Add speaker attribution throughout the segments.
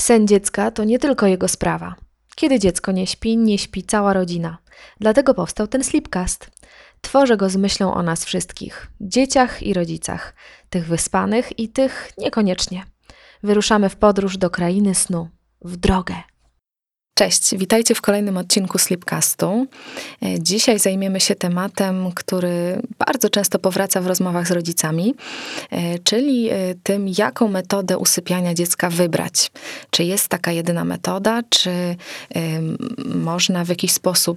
Speaker 1: Sen dziecka to nie tylko jego sprawa. Kiedy dziecko nie śpi cała rodzina. Dlatego powstał ten Sleepcast. Tworzę go z myślą o nas wszystkich, dzieciach i rodzicach, tych wyspanych i tych niekoniecznie. Wyruszamy w podróż do krainy snu, w drogę. Cześć, witajcie w kolejnym odcinku Sleepcastu. Dzisiaj zajmiemy się tematem, który bardzo często powraca w rozmowach z rodzicami, czyli tym, jaką metodę usypiania dziecka wybrać. Czy jest taka jedyna metoda, czy można w jakiś sposób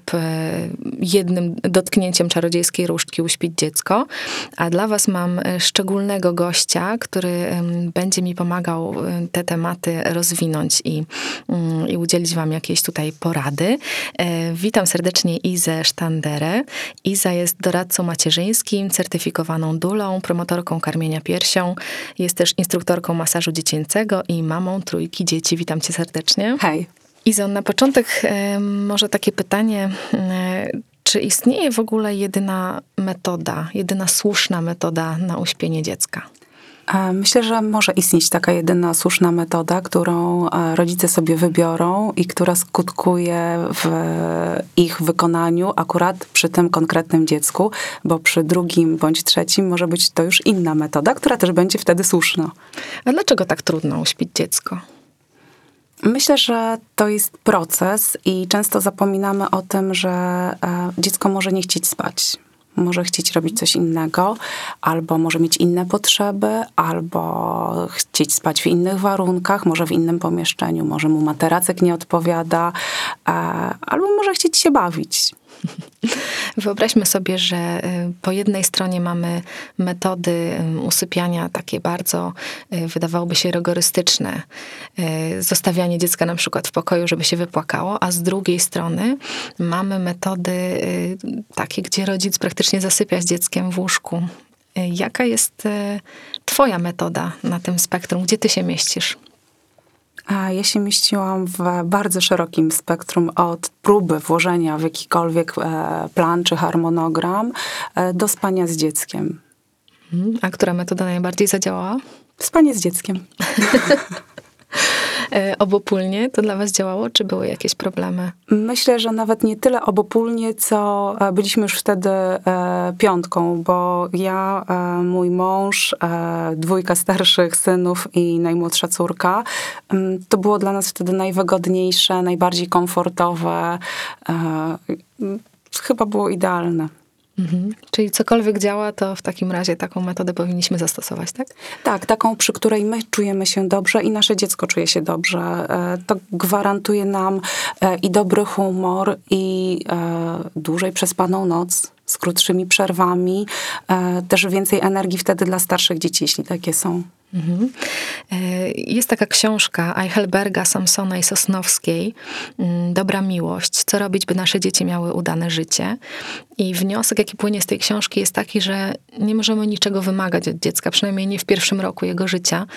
Speaker 1: jednym dotknięciem czarodziejskiej różdżki uśpić dziecko. A dla was mam szczególnego gościa, który będzie mi pomagał te tematy rozwinąć i udzielić wam jakieś tutaj porady. Witam serdecznie Izę Sztanderę. Iza jest doradcą macierzyńskim, certyfikowaną dulą, promotorką karmienia piersią. Jest też instruktorką masażu dziecięcego i mamą 3 dzieci. Witam cię serdecznie.
Speaker 2: Hej.
Speaker 1: Izo, na początek może takie pytanie. Czy istnieje w ogóle jedyna słuszna metoda na uśpienie dziecka?
Speaker 2: Myślę, że może istnieć taka jedyna słuszna metoda, którą rodzice sobie wybiorą i która skutkuje w ich wykonaniu akurat przy tym konkretnym dziecku, bo przy drugim bądź trzecim może być to już inna metoda, która też będzie wtedy słuszna.
Speaker 1: A dlaczego tak trudno uśpić dziecko?
Speaker 2: Myślę, że to jest proces i często zapominamy o tym, że dziecko może nie chcieć spać. Może chcieć robić coś innego, albo może mieć inne potrzeby, albo chcieć spać w innych warunkach, może w innym pomieszczeniu, może mu materacek nie odpowiada, albo może chcieć się bawić.
Speaker 1: Wyobraźmy sobie, że po jednej stronie mamy metody usypiania takie bardzo, wydawałoby się, rygorystyczne. Zostawianie dziecka na przykład w pokoju, żeby się wypłakało, a z drugiej strony mamy metody takie, gdzie rodzic praktycznie zasypia z dzieckiem w łóżku. Jaka jest twoja metoda na tym spektrum? Gdzie ty się mieścisz?
Speaker 2: Ja się mieściłam w bardzo szerokim spektrum od próby włożenia w jakikolwiek plan czy harmonogram do spania z dzieckiem.
Speaker 1: A która metoda najbardziej zadziałała?
Speaker 2: Spanie z dzieckiem.
Speaker 1: Obopólnie to dla was działało, czy były jakieś problemy?
Speaker 2: Myślę, że nawet nie tyle obopólnie, co byliśmy już wtedy piątką, bo ja, mój mąż, 2 starszych synów i najmłodsza córka, to było dla nas wtedy najwygodniejsze, najbardziej komfortowe. Chyba było idealne.
Speaker 1: Mhm. Czyli cokolwiek działa, to w takim razie taką metodę powinniśmy zastosować, tak?
Speaker 2: Tak, taką, przy której my czujemy się dobrze i nasze dziecko czuje się dobrze. To gwarantuje nam i dobry humor, i dłużej przespaną noc, z krótszymi przerwami, też więcej energii wtedy dla starszych dzieci, jeśli takie są.
Speaker 1: Mhm. Jest taka książka Eichelberga, Samsona i Sosnowskiej, Dobra miłość. Co robić, by nasze dzieci miały udane życie? I wniosek, jaki płynie z tej książki, jest taki, że nie możemy niczego wymagać od dziecka, przynajmniej nie w pierwszym roku jego życia.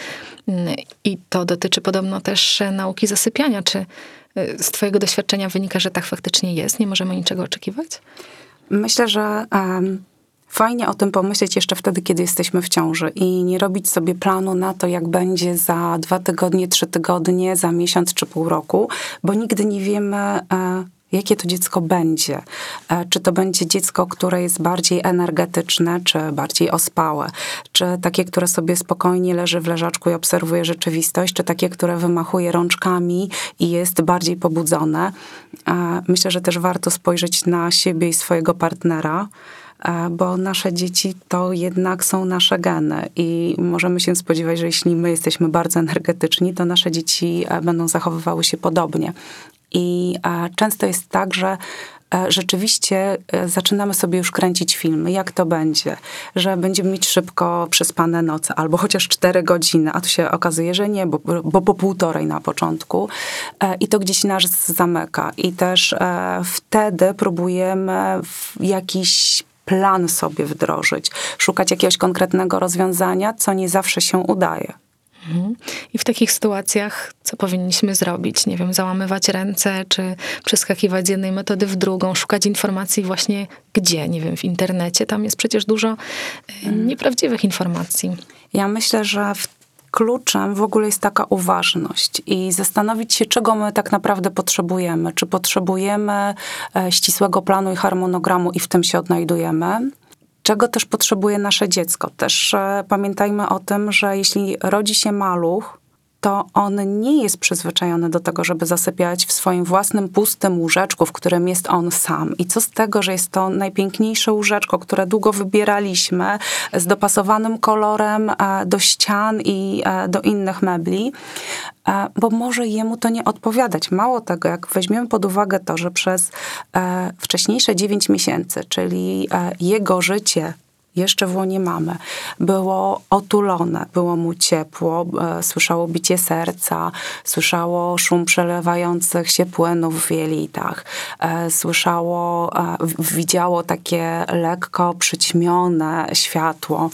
Speaker 1: I to dotyczy podobno też nauki zasypiania. Czy z twojego doświadczenia wynika, że tak faktycznie jest? Nie możemy niczego oczekiwać?
Speaker 2: Myślę, że fajnie o tym pomyśleć jeszcze wtedy, kiedy jesteśmy w ciąży i nie robić sobie planu na to, jak będzie za 2 tygodnie, 3 tygodnie, za miesiąc czy pół roku, bo nigdy nie wiemy, jakie to dziecko będzie. Czy to będzie dziecko, które jest bardziej energetyczne, czy bardziej ospałe, czy takie, które sobie spokojnie leży w leżaczku i obserwuje rzeczywistość, czy takie, które wymachuje rączkami i jest bardziej pobudzone. Myślę, że też warto spojrzeć na siebie i swojego partnera, bo nasze dzieci to jednak są nasze geny i możemy się spodziewać, że jeśli my jesteśmy bardzo energetyczni, to nasze dzieci będą zachowywały się podobnie. I często jest tak, że rzeczywiście zaczynamy sobie już kręcić filmy, jak to będzie, że będziemy mieć szybko przespane noce, albo chociaż 4 godziny, a tu się okazuje, że nie, bo po 1,5 na początku i to gdzieś nas zamyka. I też wtedy próbujemy jakiś plan sobie wdrożyć, szukać jakiegoś konkretnego rozwiązania, co nie zawsze się udaje.
Speaker 1: I w takich sytuacjach co powinniśmy zrobić? Nie wiem, załamywać ręce, czy przeskakiwać z jednej metody w drugą, szukać informacji właśnie gdzie? Nie wiem, w internecie. Tam jest przecież dużo nieprawdziwych informacji.
Speaker 2: Ja myślę, że w kluczem w ogóle jest taka uważność i zastanowić się, czego my tak naprawdę potrzebujemy. Czy potrzebujemy ścisłego planu i harmonogramu i w tym się odnajdujemy? Czego też potrzebuje nasze dziecko? Też pamiętajmy o tym, że jeśli rodzi się maluch, to on nie jest przyzwyczajony do tego, żeby zasypiać w swoim własnym pustym łóżeczku, w którym jest on sam. I co z tego, że jest to najpiękniejsze łóżeczko, które długo wybieraliśmy, z dopasowanym kolorem do ścian i do innych mebli, bo może jemu to nie odpowiadać. Mało tego, jak weźmiemy pod uwagę to, że przez wcześniejsze 9 miesięcy, czyli jego życie jeszcze w łonie mamy, było otulone, było mu ciepło, słyszało bicie serca, słyszało szum przelewających się płynów w jelitach, słyszało, widziało takie lekko przyćmione światło.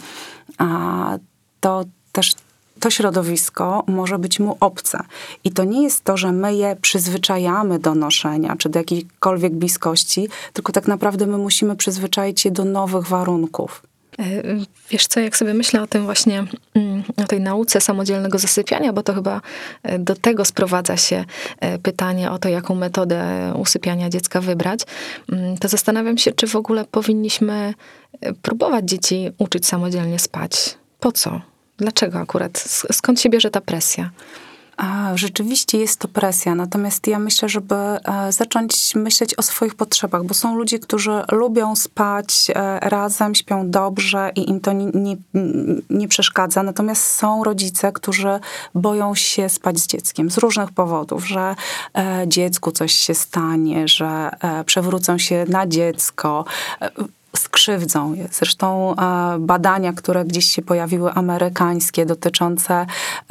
Speaker 2: To też to środowisko może być mu obce. I to nie jest to, że my je przyzwyczajamy do noszenia, czy do jakiejkolwiek bliskości, tylko tak naprawdę my musimy przyzwyczaić je do nowych warunków.
Speaker 1: Wiesz co, jak sobie myślę o tym właśnie, o tej nauce samodzielnego zasypiania, bo to chyba do tego sprowadza się pytanie o to, jaką metodę usypiania dziecka wybrać, to zastanawiam się, czy w ogóle powinniśmy próbować dzieci uczyć samodzielnie spać. Po co? Dlaczego akurat? Skąd się bierze ta presja?
Speaker 2: Rzeczywiście jest to presja, natomiast ja myślę, żeby zacząć myśleć o swoich potrzebach, bo są ludzie, którzy lubią spać razem, śpią dobrze i im to nie przeszkadza, natomiast są rodzice, którzy boją się spać z dzieckiem z różnych powodów, że dziecku coś się stanie, że przewrócą się na dziecko, skrzywdzą je. Zresztą badania, które gdzieś się pojawiły, amerykańskie, dotyczące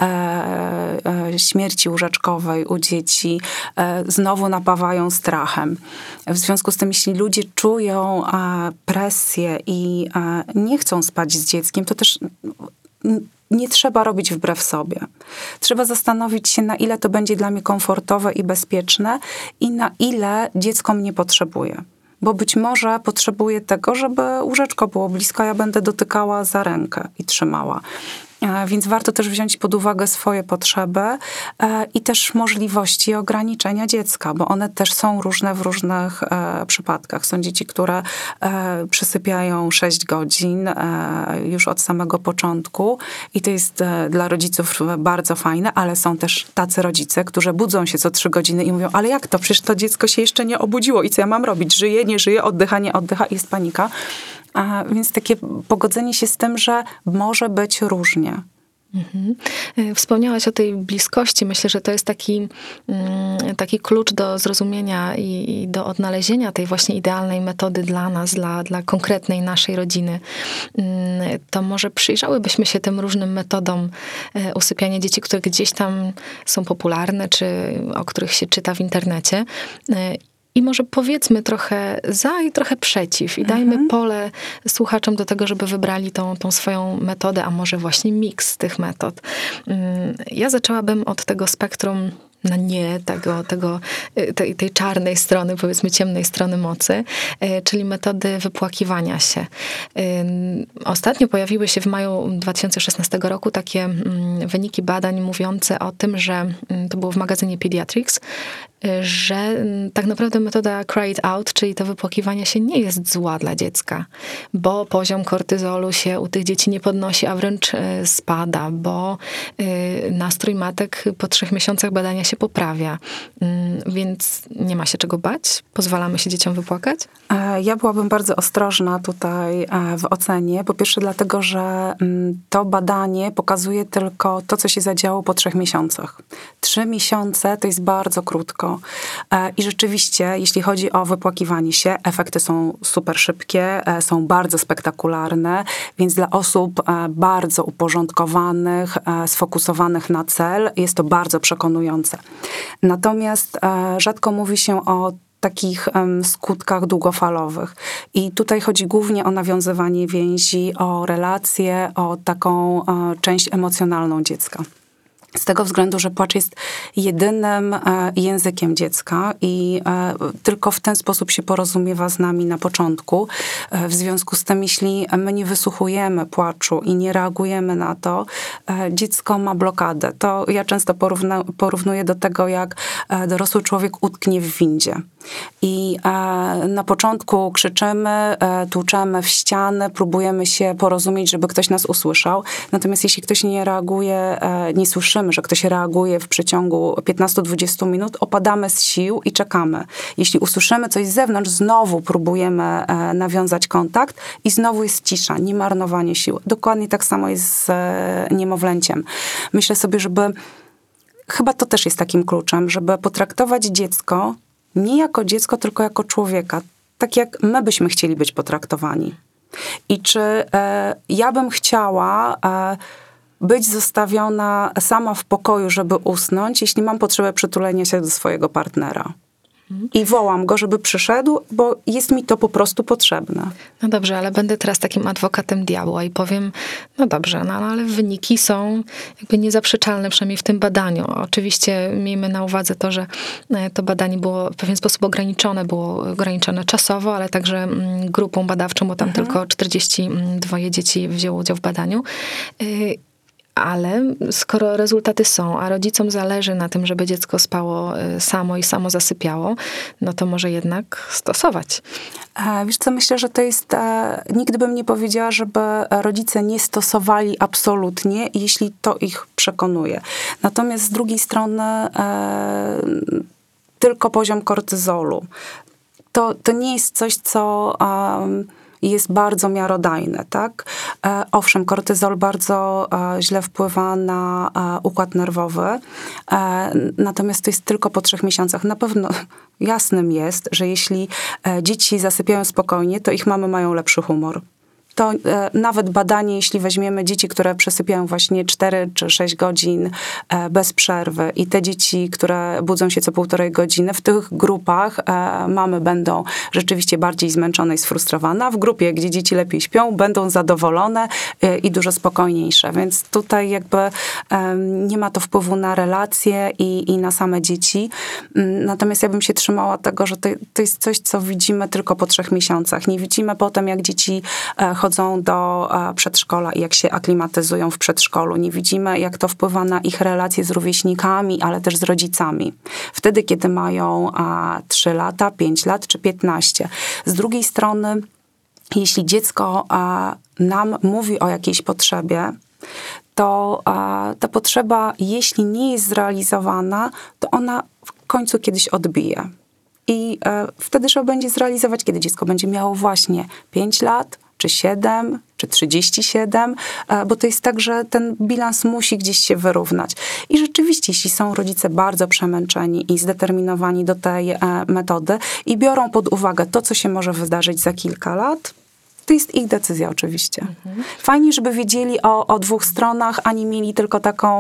Speaker 2: śmierci łóżeczkowej u dzieci, znowu napawają strachem. W związku z tym, jeśli ludzie czują presję i nie chcą spać z dzieckiem, to też nie trzeba robić wbrew sobie. Trzeba zastanowić się, na ile to będzie dla mnie komfortowe i bezpieczne i na ile dziecko mnie potrzebuje. Bo być może potrzebuję tego, żeby łóżeczko było blisko, a ja będę dotykała za rękę i trzymała. Więc warto też wziąć pod uwagę swoje potrzeby i też możliwości i ograniczenia dziecka, bo one też są różne w różnych przypadkach. Są dzieci, które przysypiają 6 godzin już od samego początku i to jest dla rodziców bardzo fajne, ale są też tacy rodzice, którzy budzą się co 3 godziny i mówią, ale jak to? Przecież to dziecko się jeszcze nie obudziło i co ja mam robić? Żyje, nie żyje, oddycha, nie oddycha i jest panika. Więc takie pogodzenie się z tym, że może być różnie.
Speaker 1: Mhm. Wspomniałaś o tej bliskości. Myślę, że to jest taki klucz do zrozumienia i do odnalezienia tej właśnie idealnej metody dla nas, dla konkretnej naszej rodziny. To może przyjrzałybyśmy się tym różnym metodom usypiania dzieci, które gdzieś tam są popularne, czy o których się czyta w internecie. I może powiedzmy trochę za i trochę przeciw i dajmy pole słuchaczom do tego, żeby wybrali tą swoją metodę, a może właśnie miks tych metod. Ja zaczęłabym od tego spektrum na nie, tej czarnej strony, powiedzmy ciemnej strony mocy, czyli metody wypłakiwania się. Ostatnio pojawiły się w maju 2016 roku takie wyniki badań mówiące o tym, że to było w magazynie Pediatrics, że tak naprawdę metoda cry it out, czyli to wypłakiwanie się, nie jest zła dla dziecka, bo poziom kortyzolu się u tych dzieci nie podnosi, a wręcz spada, bo nastrój matek po 3 miesiącach badania się poprawia. Więc nie ma się czego bać? Pozwalamy się dzieciom wypłakać?
Speaker 2: Ja byłabym bardzo ostrożna tutaj w ocenie. Po pierwsze dlatego, że to badanie pokazuje tylko to, co się zadziało po 3 miesiącach. 3 miesiące to jest bardzo krótko. I rzeczywiście, jeśli chodzi o wypłakiwanie się, efekty są super szybkie, są bardzo spektakularne, więc dla osób bardzo uporządkowanych, sfokusowanych na cel, jest to bardzo przekonujące. Natomiast rzadko mówi się o takich skutkach długofalowych. I tutaj chodzi głównie o nawiązywanie więzi, o relacje, o taką część emocjonalną dziecka. Z tego względu, że płacz jest jedynym językiem dziecka i tylko w ten sposób się porozumiewa z nami na początku. W związku z tym, jeśli my nie wysłuchujemy płaczu i nie reagujemy na to, dziecko ma blokadę. To ja często porównuję do tego, jak dorosły człowiek utknie w windzie. I na początku krzyczymy, tłuczemy w ściany, próbujemy się porozumieć, żeby ktoś nas usłyszał. Natomiast jeśli ktoś nie reaguje, nie słyszymy, że ktoś reaguje w przeciągu 15-20 minut, opadamy z sił i czekamy. Jeśli usłyszymy coś z zewnątrz, znowu próbujemy nawiązać kontakt i znowu jest cisza, nie marnowanie sił. Dokładnie tak samo jest z niemowlęciem. Myślę sobie, chyba to też jest takim kluczem, żeby potraktować dziecko nie jako dziecko, tylko jako człowieka. Tak jak my byśmy chcieli być potraktowani. I czy ja bym chciała być zostawiona sama w pokoju, żeby usnąć, jeśli mam potrzebę przytulenia się do swojego partnera. I wołam go, żeby przyszedł, bo jest mi to po prostu potrzebne.
Speaker 1: No dobrze, ale będę teraz takim adwokatem diabła i powiem, no dobrze, no ale wyniki są jakby niezaprzeczalne, przynajmniej w tym badaniu. Oczywiście miejmy na uwadze to, że to badanie było w pewien sposób ograniczone, było ograniczone czasowo, ale także grupą badawczą, bo tam tylko 42 dzieci wzięło udział w badaniu. Ale skoro rezultaty są, a rodzicom zależy na tym, żeby dziecko spało samo i samo zasypiało, no to może jednak stosować.
Speaker 2: Wiesz co, myślę, że to jest... Nigdy bym nie powiedziała, żeby rodzice nie stosowali absolutnie, jeśli to ich przekonuje. Natomiast z drugiej strony tylko poziom kortyzolu. To nie jest coś, co... jest bardzo miarodajne, tak? Owszem, kortyzol bardzo źle wpływa na układ nerwowy, natomiast to jest tylko po 3 miesiącach. Na pewno jasnym jest, że jeśli dzieci zasypiają spokojnie, to ich mamy mają lepszy humor. To nawet badanie, jeśli weźmiemy dzieci, które przesypiają właśnie 4 czy 6 godzin bez przerwy i te dzieci, które budzą się co 1,5 godziny, w tych grupach mamy będą rzeczywiście bardziej zmęczone i sfrustrowane, a w grupie, gdzie dzieci lepiej śpią, będą zadowolone i dużo spokojniejsze. Więc tutaj jakby nie ma to wpływu na relacje i na same dzieci. Natomiast ja bym się trzymała tego, że to jest coś, co widzimy tylko po 3 miesiącach. Nie widzimy potem, jak dzieci chodzą do przedszkola i jak się aklimatyzują w przedszkolu. Nie widzimy, jak to wpływa na ich relacje z rówieśnikami, ale też z rodzicami. Wtedy, kiedy mają 3 lata, 5 lat czy 15. Z drugiej strony, jeśli dziecko nam mówi o jakiejś potrzebie, to ta potrzeba, jeśli nie jest zrealizowana, to ona w końcu kiedyś odbije. I wtedy trzeba będzie zrealizować, kiedy dziecko będzie miało właśnie 5 lat, czy 7, czy 37, bo to jest tak, że ten bilans musi gdzieś się wyrównać. I rzeczywiście, jeśli są rodzice bardzo przemęczeni i zdeterminowani do tej metody i biorą pod uwagę to, co się może wydarzyć za kilka lat, to jest ich decyzja oczywiście. Fajnie, żeby wiedzieli o 2 stronach, a nie mieli tylko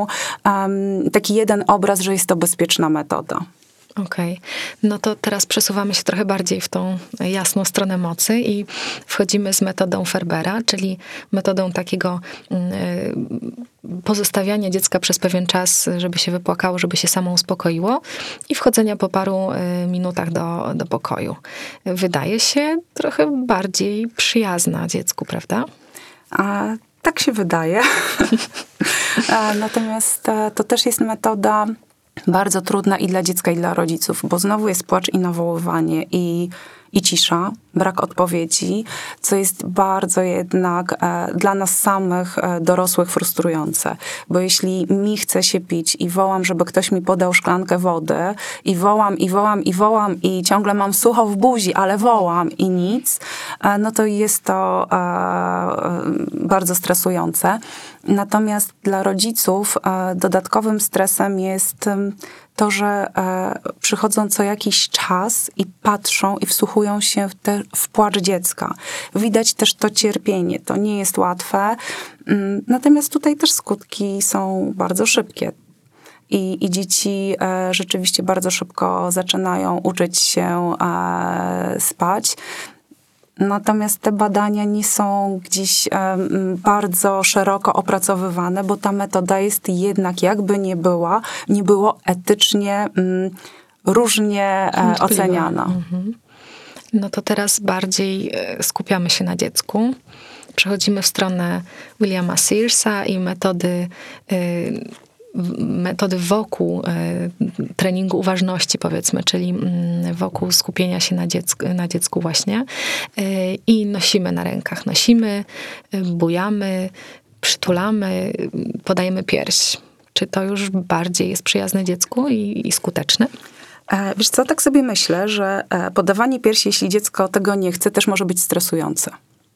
Speaker 2: taki jeden obraz, że jest to bezpieczna metoda.
Speaker 1: Okej. No to teraz przesuwamy się trochę bardziej w tą jasną stronę mocy i wchodzimy z metodą Ferbera, czyli metodą takiego pozostawiania dziecka przez pewien czas, żeby się wypłakało, żeby się samo uspokoiło i wchodzenia po paru minutach do pokoju. Wydaje się trochę bardziej przyjazna dziecku, prawda?
Speaker 2: Tak się wydaje. Natomiast to też jest metoda bardzo trudna i dla dziecka, i dla rodziców, bo znowu jest płacz i nawoływanie i cisza, brak odpowiedzi, co jest bardzo jednak dla nas samych dorosłych frustrujące. Bo jeśli mi chce się pić i wołam, żeby ktoś mi podał szklankę wody i wołam, i wołam, i wołam i ciągle mam sucho w buzi, ale wołam i nic, no to jest to bardzo stresujące. Natomiast dla rodziców dodatkowym stresem jest to, że przychodzą co jakiś czas i patrzą i wsłuchują się w płacz dziecka. Widać też to cierpienie. To nie jest łatwe. Natomiast tutaj też skutki są bardzo szybkie. I dzieci rzeczywiście bardzo szybko zaczynają uczyć się spać. Natomiast te badania nie są gdzieś bardzo szeroko opracowywane, bo ta metoda jest jednak, jakby nie było etycznie różnie oceniana.
Speaker 1: No to teraz bardziej skupiamy się na dziecku. Przechodzimy w stronę Williama Searsa i metody wokół treningu uważności, powiedzmy, czyli wokół skupienia się na dziecku właśnie. I nosimy na rękach. Nosimy, bujamy, przytulamy, podajemy pierś. Czy to już bardziej jest przyjazne dziecku i skuteczne?
Speaker 2: Wiesz co, tak sobie myślę, że podawanie piersi, jeśli dziecko tego nie chce, też może być stresujące.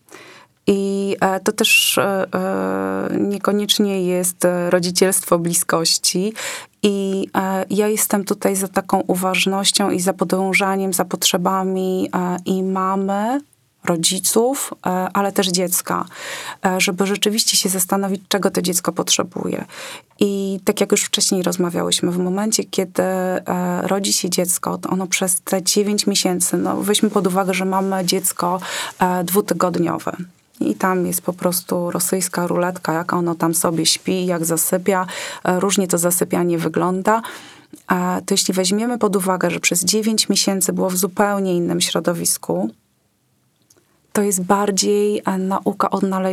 Speaker 2: I to też niekoniecznie jest rodzicielstwo bliskości. I ja jestem tutaj za taką uważnością i za podążaniem za potrzebami i mamy, rodziców, ale też dziecka, żeby rzeczywiście się zastanowić, czego to dziecko potrzebuje. I tak jak już wcześniej rozmawiałyśmy, w momencie, kiedy rodzi się dziecko, to ono przez te 9 miesięcy, no weźmy pod uwagę, że mamy dziecko 2-tygodniowe. I tam jest po prostu rosyjska ruletka, jak ono tam sobie śpi, jak zasypia. Różnie to zasypianie wygląda. To jeśli weźmiemy pod uwagę, że przez 9 miesięcy było w zupełnie innym środowisku, to jest bardziej nauka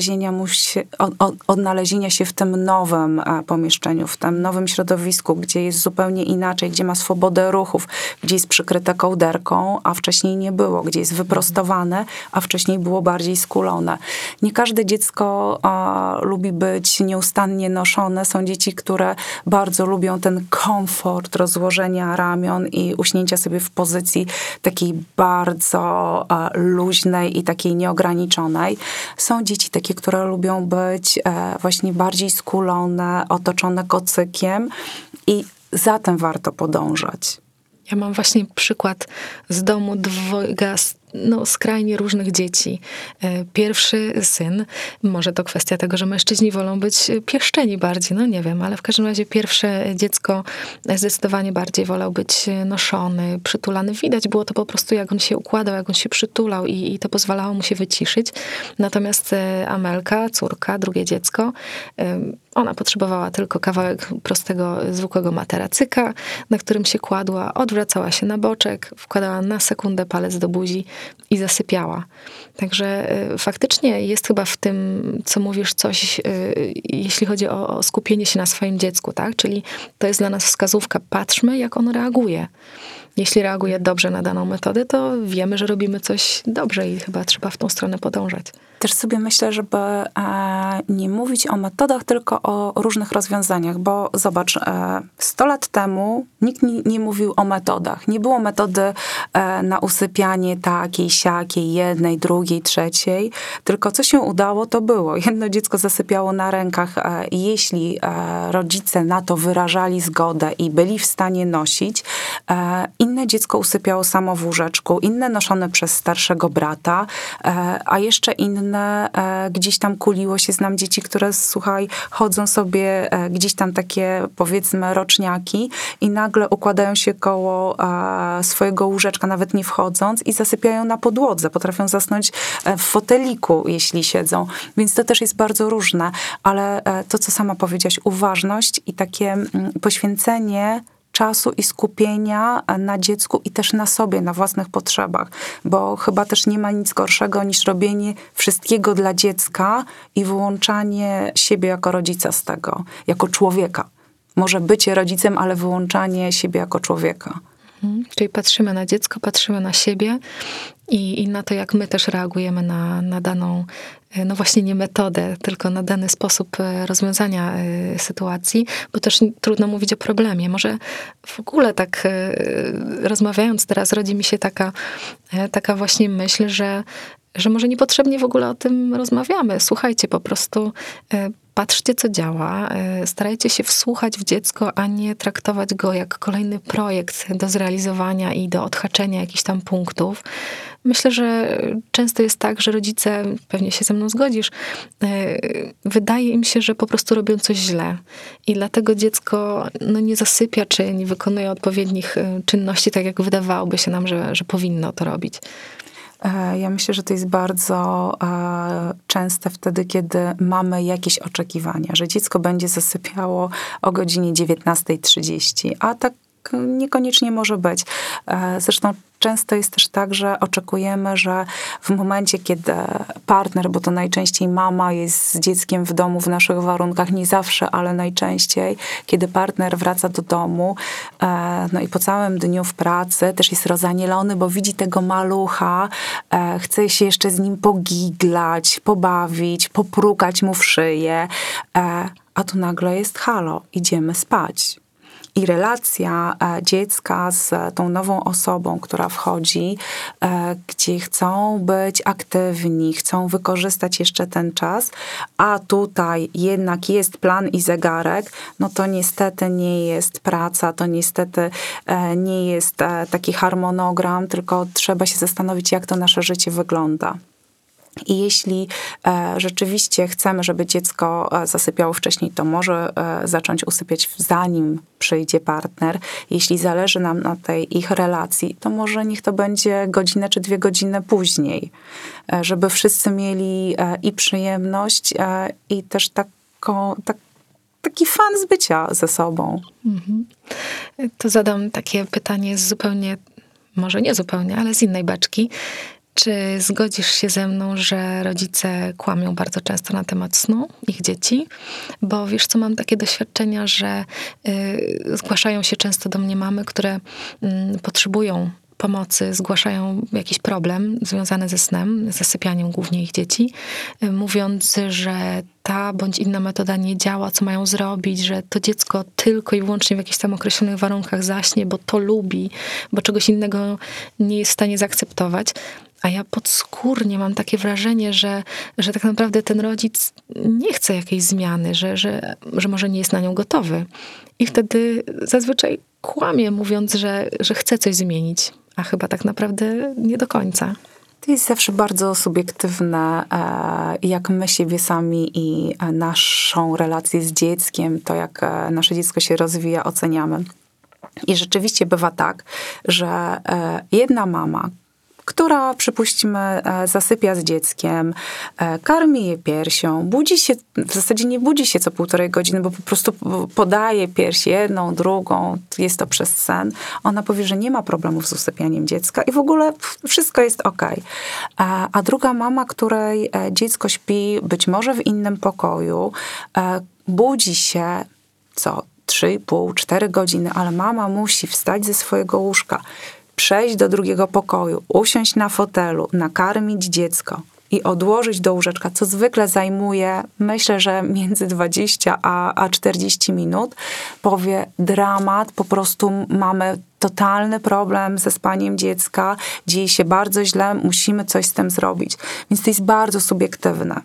Speaker 2: odnalezienia się w tym nowym pomieszczeniu, w tym nowym środowisku, gdzie jest zupełnie inaczej, gdzie ma swobodę ruchów, gdzie jest przykryte kołderką, a wcześniej nie było, gdzie jest wyprostowane, a wcześniej było bardziej skulone. Nie każde dziecko lubi być nieustannie noszone. Są dzieci, które bardzo lubią ten komfort rozłożenia ramion i uśnięcia sobie w pozycji takiej bardzo luźnej i takiej nieograniczonej. Są dzieci takie, które lubią być właśnie bardziej skulone, otoczone kocykiem i za tym warto podążać.
Speaker 1: Ja mam właśnie przykład z domu dwojga skrajnie różnych dzieci. Pierwszy syn, może to kwestia tego, że mężczyźni wolą być pieszczeni bardziej, no nie wiem, ale w każdym razie pierwsze dziecko zdecydowanie bardziej wolał być noszony, przytulany. Widać było to po prostu, jak on się układał, jak on się przytulał i to pozwalało mu się wyciszyć. Natomiast Amelka, córka, drugie dziecko, ona potrzebowała tylko kawałek prostego, zwykłego materacyka, na którym się kładła, odwracała się na boczek, wkładała na sekundę palec do buzi i zasypiała. Także faktycznie jest chyba w tym, co mówisz, coś, jeśli chodzi o skupienie się na swoim dziecku, tak? Czyli to jest dla nas wskazówka. Patrzmy, jak on reaguje. Jeśli reaguje dobrze na daną metodę, to wiemy, że robimy coś dobrze i chyba trzeba w tą stronę podążać.
Speaker 2: Też sobie myślę, żeby nie mówić o metodach, tylko o różnych rozwiązaniach, bo zobacz, 100 lat temu nikt nie mówił o metodach. Nie było metody na usypianie takiej, siakiej, jednej, drugiej, trzeciej, tylko co się udało, to było. Jedno dziecko zasypiało na rękach i jeśli rodzice na to wyrażali zgodę i byli w stanie nosić, inne dziecko usypiało samo w łóżeczku, inne noszone przez starszego brata, a jeszcze inne gdzieś tam kuliło się. Znam dzieci, które, słuchaj, chodzą sobie gdzieś tam takie, powiedzmy, roczniaki i nagle układają się koło swojego łóżeczka, nawet nie wchodząc, i zasypiają na podłodze. Potrafią zasnąć w foteliku, jeśli siedzą. Więc to też jest bardzo różne. Ale to, co sama powiedziałaś, uważność i takie poświęcenie czasu i skupienia na dziecku i też na sobie, na własnych potrzebach. Bo chyba też nie ma nic gorszego niż robienie wszystkiego dla dziecka i wyłączanie siebie jako rodzica z tego, jako człowieka. Może bycie rodzicem, ale wyłączanie siebie jako człowieka.
Speaker 1: Czyli patrzymy na dziecko, patrzymy na siebie i na to, jak my też reagujemy na daną, no właśnie nie metodę, tylko na dany sposób rozwiązania sytuacji, bo też trudno mówić o problemie. Może w ogóle tak rozmawiając teraz rodzi mi się taka właśnie myśl, że może niepotrzebnie w ogóle o tym rozmawiamy. Słuchajcie, po prostu patrzcie, co działa, starajcie się wsłuchać w dziecko, a nie traktować go jak kolejny projekt do zrealizowania i do odhaczenia jakichś tam punktów. Myślę, że często jest tak, że rodzice, pewnie się ze mną zgodzisz, wydaje im się, że po prostu robią coś źle. I dlatego dziecko nie zasypia, czy nie wykonuje odpowiednich czynności, tak jak wydawałoby się nam, że powinno to robić.
Speaker 2: Ja myślę, że to jest bardzo częste wtedy, kiedy mamy jakieś oczekiwania, że dziecko będzie zasypiało o godzinie 19:30, a tak niekoniecznie może być. Zresztą często jest też tak, że oczekujemy, że w momencie, kiedy partner, bo to najczęściej mama jest z dzieckiem w domu w naszych warunkach, nie zawsze, ale najczęściej, kiedy partner wraca do domu, no i po całym dniu w pracy też jest rozanielony, bo widzi tego malucha, chce się jeszcze z nim pogiglać, pobawić, poprukać mu w szyję, a tu nagle jest halo, idziemy spać. I relacja dziecka z tą nową osobą, która wchodzi, gdzie chcą być aktywni, chcą wykorzystać jeszcze ten czas, a tutaj jednak jest plan i zegarek, no to niestety nie jest praca, to niestety nie jest taki harmonogram, tylko trzeba się zastanowić, jak to nasze życie wygląda. I jeśli rzeczywiście chcemy, żeby dziecko zasypiało wcześniej, to może zacząć usypiać zanim przyjdzie partner. Jeśli zależy nam na tej ich relacji, to może niech to będzie godzinę czy 2 godziny później, żeby wszyscy mieli i przyjemność, i też taki fan z bycia ze sobą.
Speaker 3: Mhm. To zadam takie pytanie zupełnie, może nie zupełnie, ale z innej beczki. Czy zgodzisz się ze mną, że rodzice kłamią bardzo często na temat snu ich dzieci? Bo wiesz co, mam takie doświadczenia, że zgłaszają się często do mnie mamy, które potrzebują pomocy, zgłaszają jakiś problem związany ze snem, zasypianiem głównie ich dzieci, mówiąc, że ta bądź inna metoda nie działa, co mają zrobić, że to dziecko tylko i wyłącznie w jakichś tam określonych warunkach zaśnie, bo to lubi, bo czegoś innego nie jest w stanie zaakceptować. A ja podskórnie mam takie wrażenie, że tak naprawdę ten rodzic nie chce jakiejś zmiany, że może nie jest na nią gotowy. I wtedy zazwyczaj kłamie, mówiąc, że chce coś zmienić, a chyba tak naprawdę nie do końca.
Speaker 2: To jest zawsze bardzo subiektywne, jak my siebie sami i naszą relację z dzieckiem, to jak nasze dziecko się rozwija, oceniamy. I rzeczywiście bywa tak, że jedna mama, która, przypuśćmy, zasypia z dzieckiem, karmi je piersią, budzi się, w zasadzie nie budzi się co 1,5 godziny, bo po prostu podaje pierś jedną, drugą, jest to przez sen. Ona powie, że nie ma problemów z usypianiem dziecka i w ogóle wszystko jest okej. A druga mama, której dziecko śpi być może w innym pokoju, budzi się co 3,5-4 godziny, ale mama musi wstać ze swojego łóżka, przejść do drugiego pokoju, usiąść na fotelu, nakarmić dziecko i odłożyć do łóżeczka, co zwykle zajmuje, myślę, że między 20 a 40 minut, powie dramat, po prostu mamy totalny problem ze spaniem dziecka, dzieje się bardzo źle, musimy coś z tym zrobić. Więc to jest bardzo subiektywne.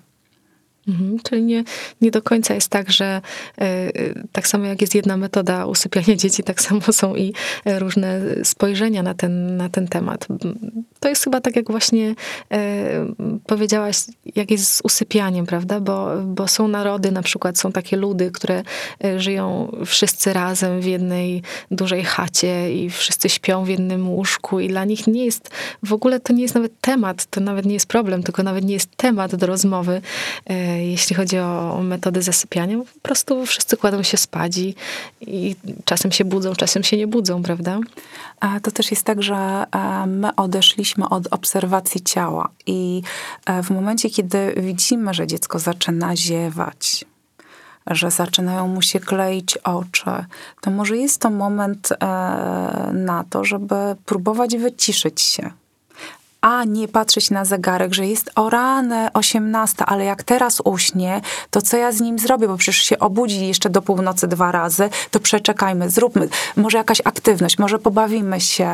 Speaker 3: Czyli nie do końca jest tak, że tak samo jak jest jedna metoda usypiania dzieci, tak samo są i różne spojrzenia na ten temat. To jest chyba tak, jak właśnie powiedziałaś, jak jest z usypianiem, prawda? Bo są narody, na przykład są takie ludy, które żyją wszyscy razem w jednej dużej chacie i wszyscy śpią w jednym łóżku i dla nich nie jest, w ogóle to nie jest nawet temat, to nawet nie jest problem, tylko nawet nie jest temat do rozmowy, jeśli chodzi o metody zasypiania. Po prostu wszyscy kładą się spać i czasem się budzą, czasem się nie budzą, prawda?
Speaker 2: A to też jest tak, że my odeszliśmy od obserwacji ciała i w momencie, kiedy widzimy, że dziecko zaczyna ziewać, że zaczynają mu się kleić oczy, to może jest to moment na to, żeby próbować wyciszyć się. A nie patrzeć na zegarek, że jest o rany 18, ale jak teraz uśnie, to co ja z nim zrobię, bo przecież się obudzi jeszcze do północy 2 razy, to przeczekajmy, zróbmy, może jakaś aktywność, może pobawimy się.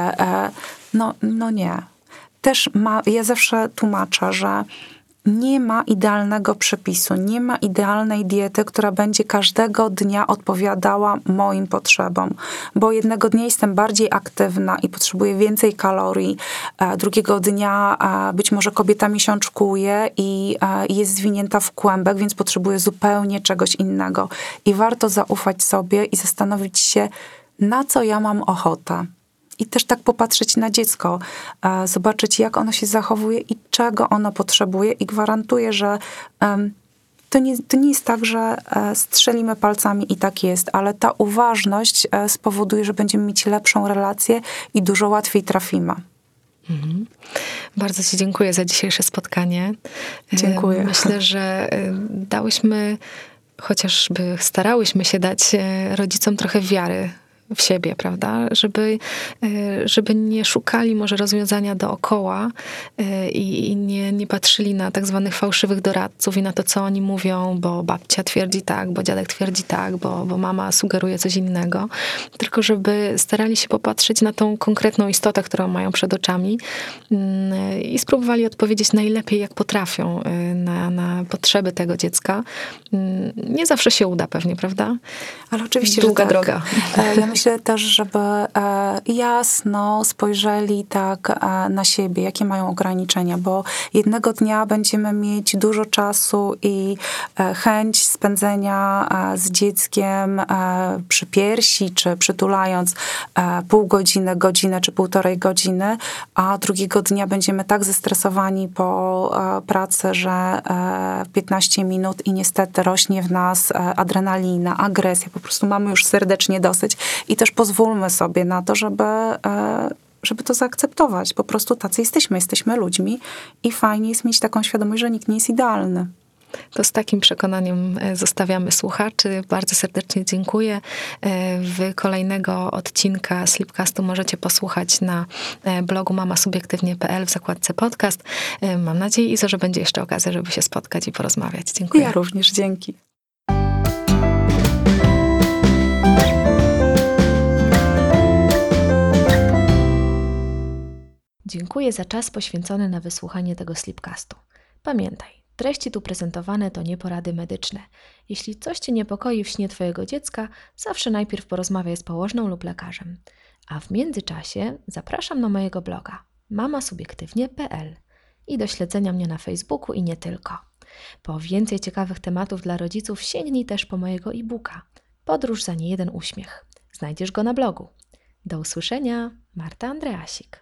Speaker 2: No nie. Też ja zawsze tłumaczę, że nie ma idealnego przepisu, nie ma idealnej diety, która będzie każdego dnia odpowiadała moim potrzebom. Bo jednego dnia jestem bardziej aktywna i potrzebuję więcej kalorii, drugiego dnia być może kobieta miesiączkuje i jest zwinięta w kłębek, więc potrzebuje zupełnie czegoś innego. I warto zaufać sobie i zastanowić się, na co ja mam ochotę. I też tak popatrzeć na dziecko, zobaczyć, jak ono się zachowuje i czego ono potrzebuje. I gwarantuję, że to nie jest tak, że strzelimy palcami i tak jest, ale ta uważność spowoduje, że będziemy mieć lepszą relację i dużo łatwiej trafimy.
Speaker 3: Bardzo ci dziękuję za dzisiejsze spotkanie.
Speaker 2: Dziękuję.
Speaker 3: Myślę, że dałyśmy, chociażby starałyśmy się dać rodzicom trochę wiary w siebie, prawda? Żeby nie szukali może rozwiązania dookoła i nie patrzyli na tak zwanych fałszywych doradców i na to, co oni mówią, bo babcia twierdzi tak, bo dziadek twierdzi tak, bo mama sugeruje coś innego. Tylko żeby starali się popatrzeć na tą konkretną istotę, którą mają przed oczami i spróbowali odpowiedzieć najlepiej, jak potrafią na potrzeby tego dziecka. Nie zawsze się uda pewnie, prawda?
Speaker 2: Ale oczywiście,
Speaker 3: długa
Speaker 2: że tak.
Speaker 3: droga.
Speaker 2: Ja myślę też, żeby jasno spojrzeli tak na siebie, jakie mają ograniczenia, bo jednego dnia będziemy mieć dużo czasu i chęć spędzenia z dzieckiem przy piersi, czy przytulając pół godziny, godzinę, czy 1,5 godziny, a drugiego dnia będziemy tak zestresowani po pracy, że 15 minut i niestety rośnie w nas adrenalina, agresja, po prostu mamy już serdecznie dosyć i też pozwólmy sobie na to, żeby to zaakceptować. Po prostu tacy jesteśmy ludźmi i fajnie jest mieć taką świadomość, że nikt nie jest idealny.
Speaker 3: To z takim przekonaniem zostawiamy słuchaczy. Bardzo serdecznie dziękuję. Kolejnego odcinka Sleepcastu możecie posłuchać na blogu mamasubiektywnie.pl w zakładce podcast. Mam nadzieję, Izo, że będzie jeszcze okazja, żeby się spotkać i porozmawiać. Dziękuję.
Speaker 2: Ja również, dzięki.
Speaker 1: Dziękuję za czas poświęcony na wysłuchanie tego Sleepcastu. Pamiętaj, treści tu prezentowane to nie porady medyczne. Jeśli coś Cię niepokoi w śnie Twojego dziecka, zawsze najpierw porozmawiaj z położną lub lekarzem. A w międzyczasie zapraszam na mojego bloga mamasubiektywnie.pl i do śledzenia mnie na Facebooku i nie tylko. Po więcej ciekawych tematów dla rodziców sięgnij też po mojego e-booka Podróż za niejeden uśmiech. Znajdziesz go na blogu. Do usłyszenia, Marta Andreasik.